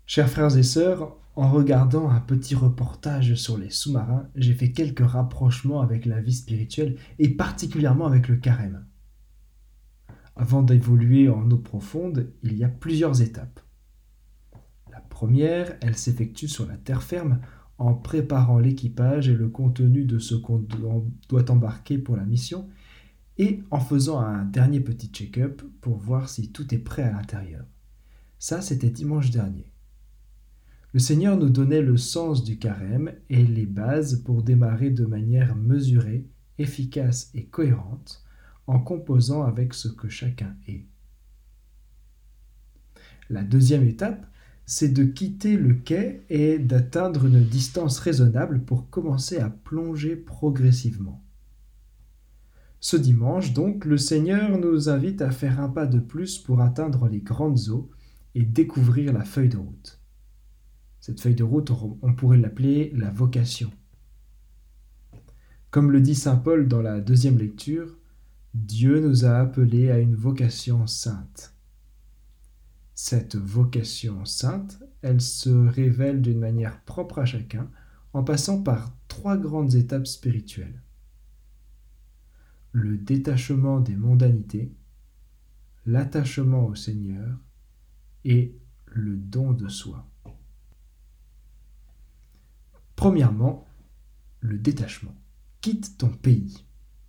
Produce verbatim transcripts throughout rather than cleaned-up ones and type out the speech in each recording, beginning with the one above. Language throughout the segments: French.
Chers frères et sœurs, en regardant un petit reportage sur les sous-marins, j'ai fait quelques rapprochements avec la vie spirituelle et particulièrement avec le carême. Avant d'évoluer en eau profonde, il y a plusieurs étapes. La première, elle s'effectue sur la terre ferme en préparant l'équipage et le contenu de ce qu'on doit embarquer pour la mission et en faisant un dernier petit check-up pour voir si tout est prêt à l'intérieur. Ça, c'était dimanche dernier. Le Seigneur nous donnait le sens du carême et les bases pour démarrer de manière mesurée, efficace et cohérente, en composant avec ce que chacun est. La deuxième étape, c'est de quitter le quai et d'atteindre une distance raisonnable pour commencer à plonger progressivement. Ce dimanche, donc, le Seigneur nous invite à faire un pas de plus pour atteindre les grandes eaux et découvrir la feuille de route. Cette feuille de route, on pourrait l'appeler la vocation. Comme le dit saint Paul dans la deuxième lecture, Dieu nous a appelés à une vocation sainte. Cette vocation sainte, elle se révèle d'une manière propre à chacun, en passant par trois grandes étapes spirituelles. Le détachement des mondanités, l'attachement au Seigneur et le don de soi. Premièrement, le détachement. Quitte ton pays.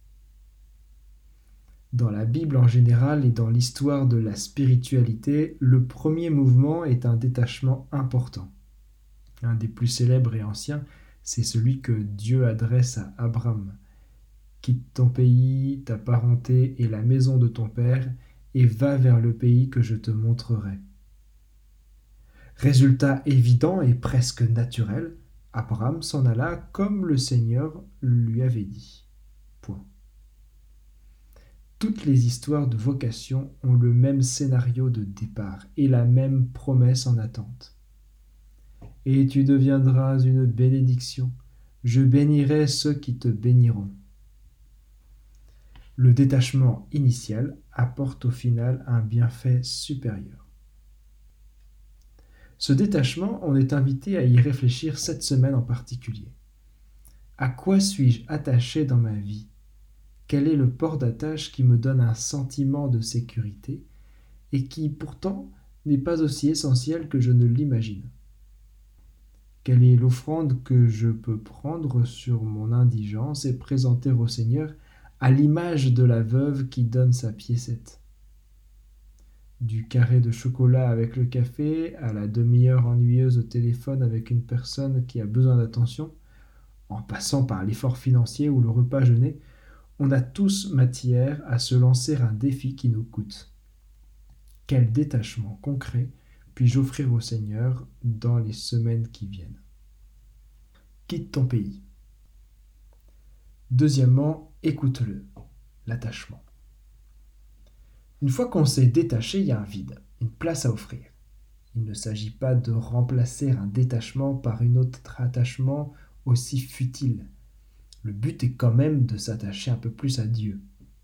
Dans la Bible en général et dans l'histoire de la spiritualité, le premier mouvement est un détachement important. Un des plus célèbres et anciens, c'est celui que Dieu adresse à Abraham. Quitte ton pays, ta parenté et la maison de ton père, et va vers le pays que je te montrerai. Résultat évident et presque naturel, Abraham s'en alla comme le Seigneur lui avait dit. Point. Toutes les histoires de vocation ont le même scénario de départ et la même promesse en attente. Et tu deviendras une bénédiction. Je bénirai ceux qui te béniront. Le détachement initial apporte au final un bienfait supérieur. Ce détachement, on est invité à y réfléchir cette semaine en particulier. À quoi suis-je attaché dans ma vie ? Quel est le port d'attache qui me donne un sentiment de sécurité et qui, pourtant, n'est pas aussi essentiel que je ne l'imagine ? Quelle est l'offrande que je peux prendre sur mon indigence et présenter au Seigneur à l'image de la veuve qui donne sa piécette ? Du carré de chocolat avec le café à la demi-heure ennuyeuse au téléphone avec une personne qui a besoin d'attention, en passant par l'effort financier ou le repas jeûné, on a tous matière à se lancer un défi qui nous coûte. Quel détachement concret puis-je offrir au Seigneur dans les semaines qui viennent ? Quitte ton pays. Deuxièmement, écoute-le, l'attachement. Une fois qu'on s'est détaché, il y a un vide, une place à offrir. Il ne s'agit pas de remplacer un détachement par un autre attachement aussi futile. Le but est quand même de s'attacher un peu plus à Dieu.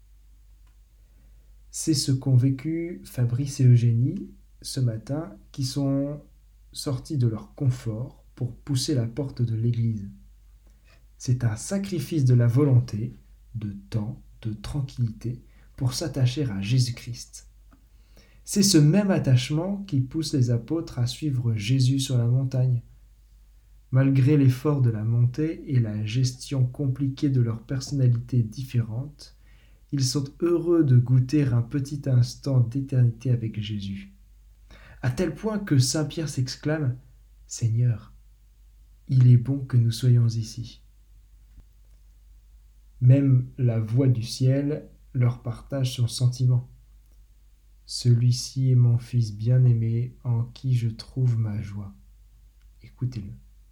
C'est ce qu'ont vécu Fabrice et Eugénie ce matin, qui sont sortis de leur confort pour pousser la porte de l'église. C'est un sacrifice de la volonté, de temps, de tranquillité, pour s'attacher à Jésus-Christ. C'est ce même attachement qui pousse les apôtres à suivre Jésus sur la montagne. Malgré l'effort de la montée et la gestion compliquée de leurs personnalités différentes, ils sont heureux de goûter un petit instant d'éternité avec Jésus. À tel point que saint Pierre s'exclame « Seigneur, il est bon que nous soyons ici ». Même la voix du ciel leur partage son sentiment. Celui-ci est mon fils bien-aimé en qui je trouve ma joie. Écoutez-le.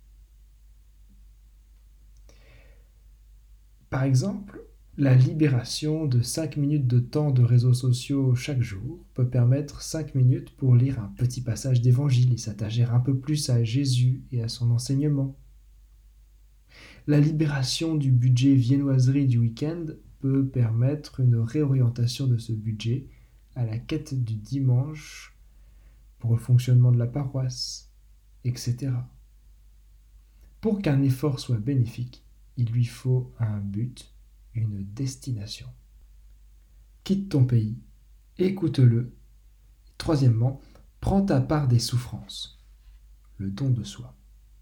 Par exemple, la libération de cinq minutes de temps de réseaux sociaux chaque jour peut permettre cinq minutes pour lire un petit passage d'évangile et s'attacher un peu plus à Jésus et à son enseignement. La libération du budget viennoiserie du week-end peut permettre une réorientation de ce budget à la quête du dimanche pour le fonctionnement de la paroisse. et cetera. Pour qu'un effort soit bénéfique, il lui faut un but, une destination. Quitte ton pays, écoute-le. Troisièmement, prends ta part des souffrances, le don de soi.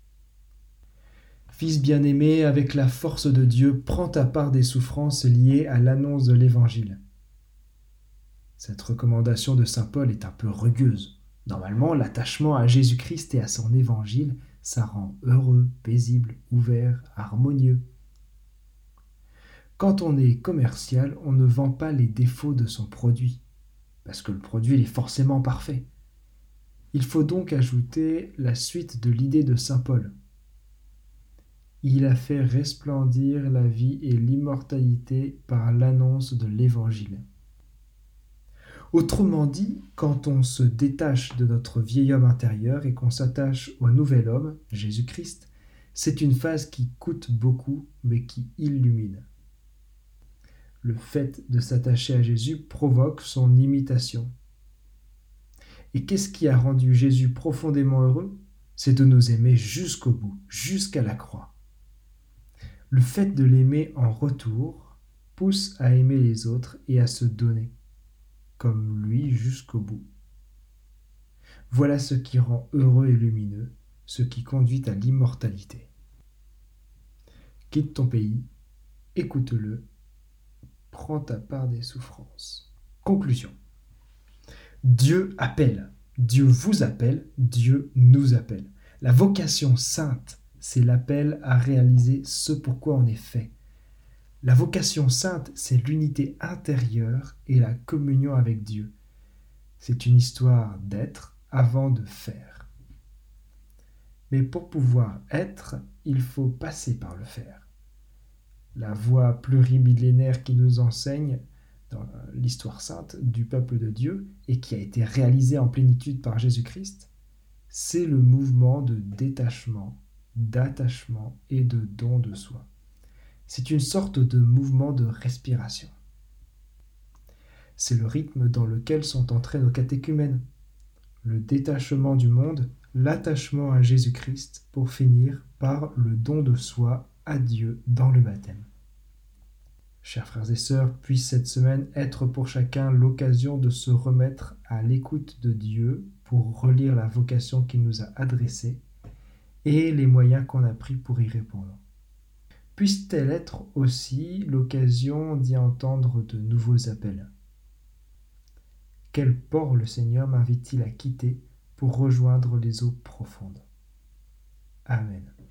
Fils bien-aimé, avec la force de Dieu, prends ta part des souffrances liées à l'annonce de l'Évangile. Cette recommandation de saint Paul est un peu rugueuse. Normalement, l'attachement à Jésus-Christ et à son Évangile, ça rend heureux, paisible, ouvert, harmonieux. Quand on est commercial, on ne vend pas les défauts de son produit, parce que le produit il est forcément parfait. Il faut donc ajouter la suite de l'idée de saint Paul. Il a fait resplendir la vie et l'immortalité par l'annonce de l'Évangile. Autrement dit, quand on se détache de notre vieil homme intérieur et qu'on s'attache au nouvel homme, Jésus-Christ, c'est une phase qui coûte beaucoup, mais qui illumine. Le fait de s'attacher à Jésus provoque son imitation. Et qu'est-ce qui a rendu Jésus profondément heureux? C'est de nous aimer jusqu'au bout, jusqu'à la croix. Le fait de l'aimer en retour pousse à aimer les autres et à se donner, comme lui jusqu'au bout. Voilà ce qui rend heureux et lumineux, ce qui conduit à l'immortalité. Quitte ton pays, écoute-le, prends ta part des souffrances. Conclusion. Dieu appelle, Dieu vous appelle, Dieu nous appelle. La vocation sainte, c'est l'appel à réaliser ce pourquoi on est fait. La vocation sainte, c'est l'unité intérieure et la communion avec Dieu. C'est une histoire d'être avant de faire. Mais pour pouvoir être, il faut passer par le faire. La voie plurimillénaire qui nous enseigne dans l'histoire sainte du peuple de Dieu et qui a été réalisée en plénitude par Jésus-Christ, c'est le mouvement de détachement, d'attachement et de don de soi. C'est une sorte de mouvement de respiration. C'est le rythme dans lequel sont entrés nos catéchumènes. Le détachement du monde, l'attachement à Jésus-Christ pour finir par le don de soi à Dieu dans le baptême. Chers frères et sœurs, puisse cette semaine être pour chacun l'occasion de se remettre à l'écoute de Dieu pour relire la vocation qu'il nous a adressée et les moyens qu'on a pris pour y répondre. Puisse-t-elle être aussi l'occasion d'y entendre de nouveaux appels? Quel port le Seigneur m'invite-t-il à quitter pour rejoindre les eaux profondes? Amen.